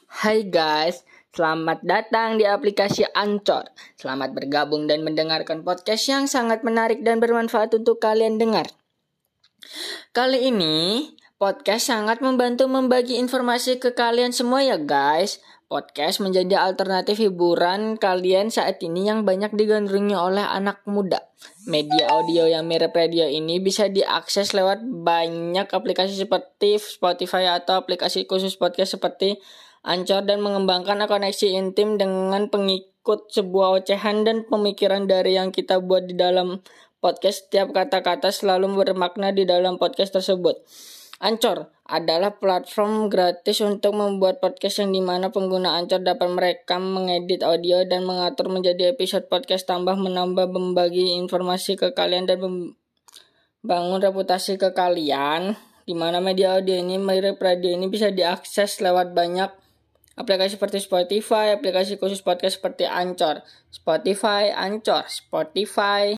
Hai guys, selamat datang di aplikasi Anchor. Selamat bergabung dan mendengarkan podcast yang sangat menarik dan bermanfaat untuk kalian dengar. Kali ini, podcast sangat membantu membagi informasi ke kalian semua ya guys. Podcast menjadi alternatif hiburan kalian saat ini yang banyak digandrungi oleh anak muda. Media audio yang mirip radio ini bisa diakses lewat banyak aplikasi seperti Spotify atau aplikasi khusus podcast seperti Anchor dan mengembangkan koneksi intim dengan pengikut sebuah ocehan dan pemikiran dari yang kita buat di dalam podcast. Setiap kata-kata selalu bermakna di dalam podcast tersebut. Anchor adalah platform gratis untuk membuat podcast yang dimana pengguna Anchor dapat merekam, mengedit audio, dan mengatur menjadi episode podcast tambah menambah membagi informasi ke kalian dan membangun reputasi ke kalian. Dimana media audio ini mirip radio ini bisa diakses lewat banyak aplikasi seperti Spotify, aplikasi khusus podcast seperti Anchor, Spotify,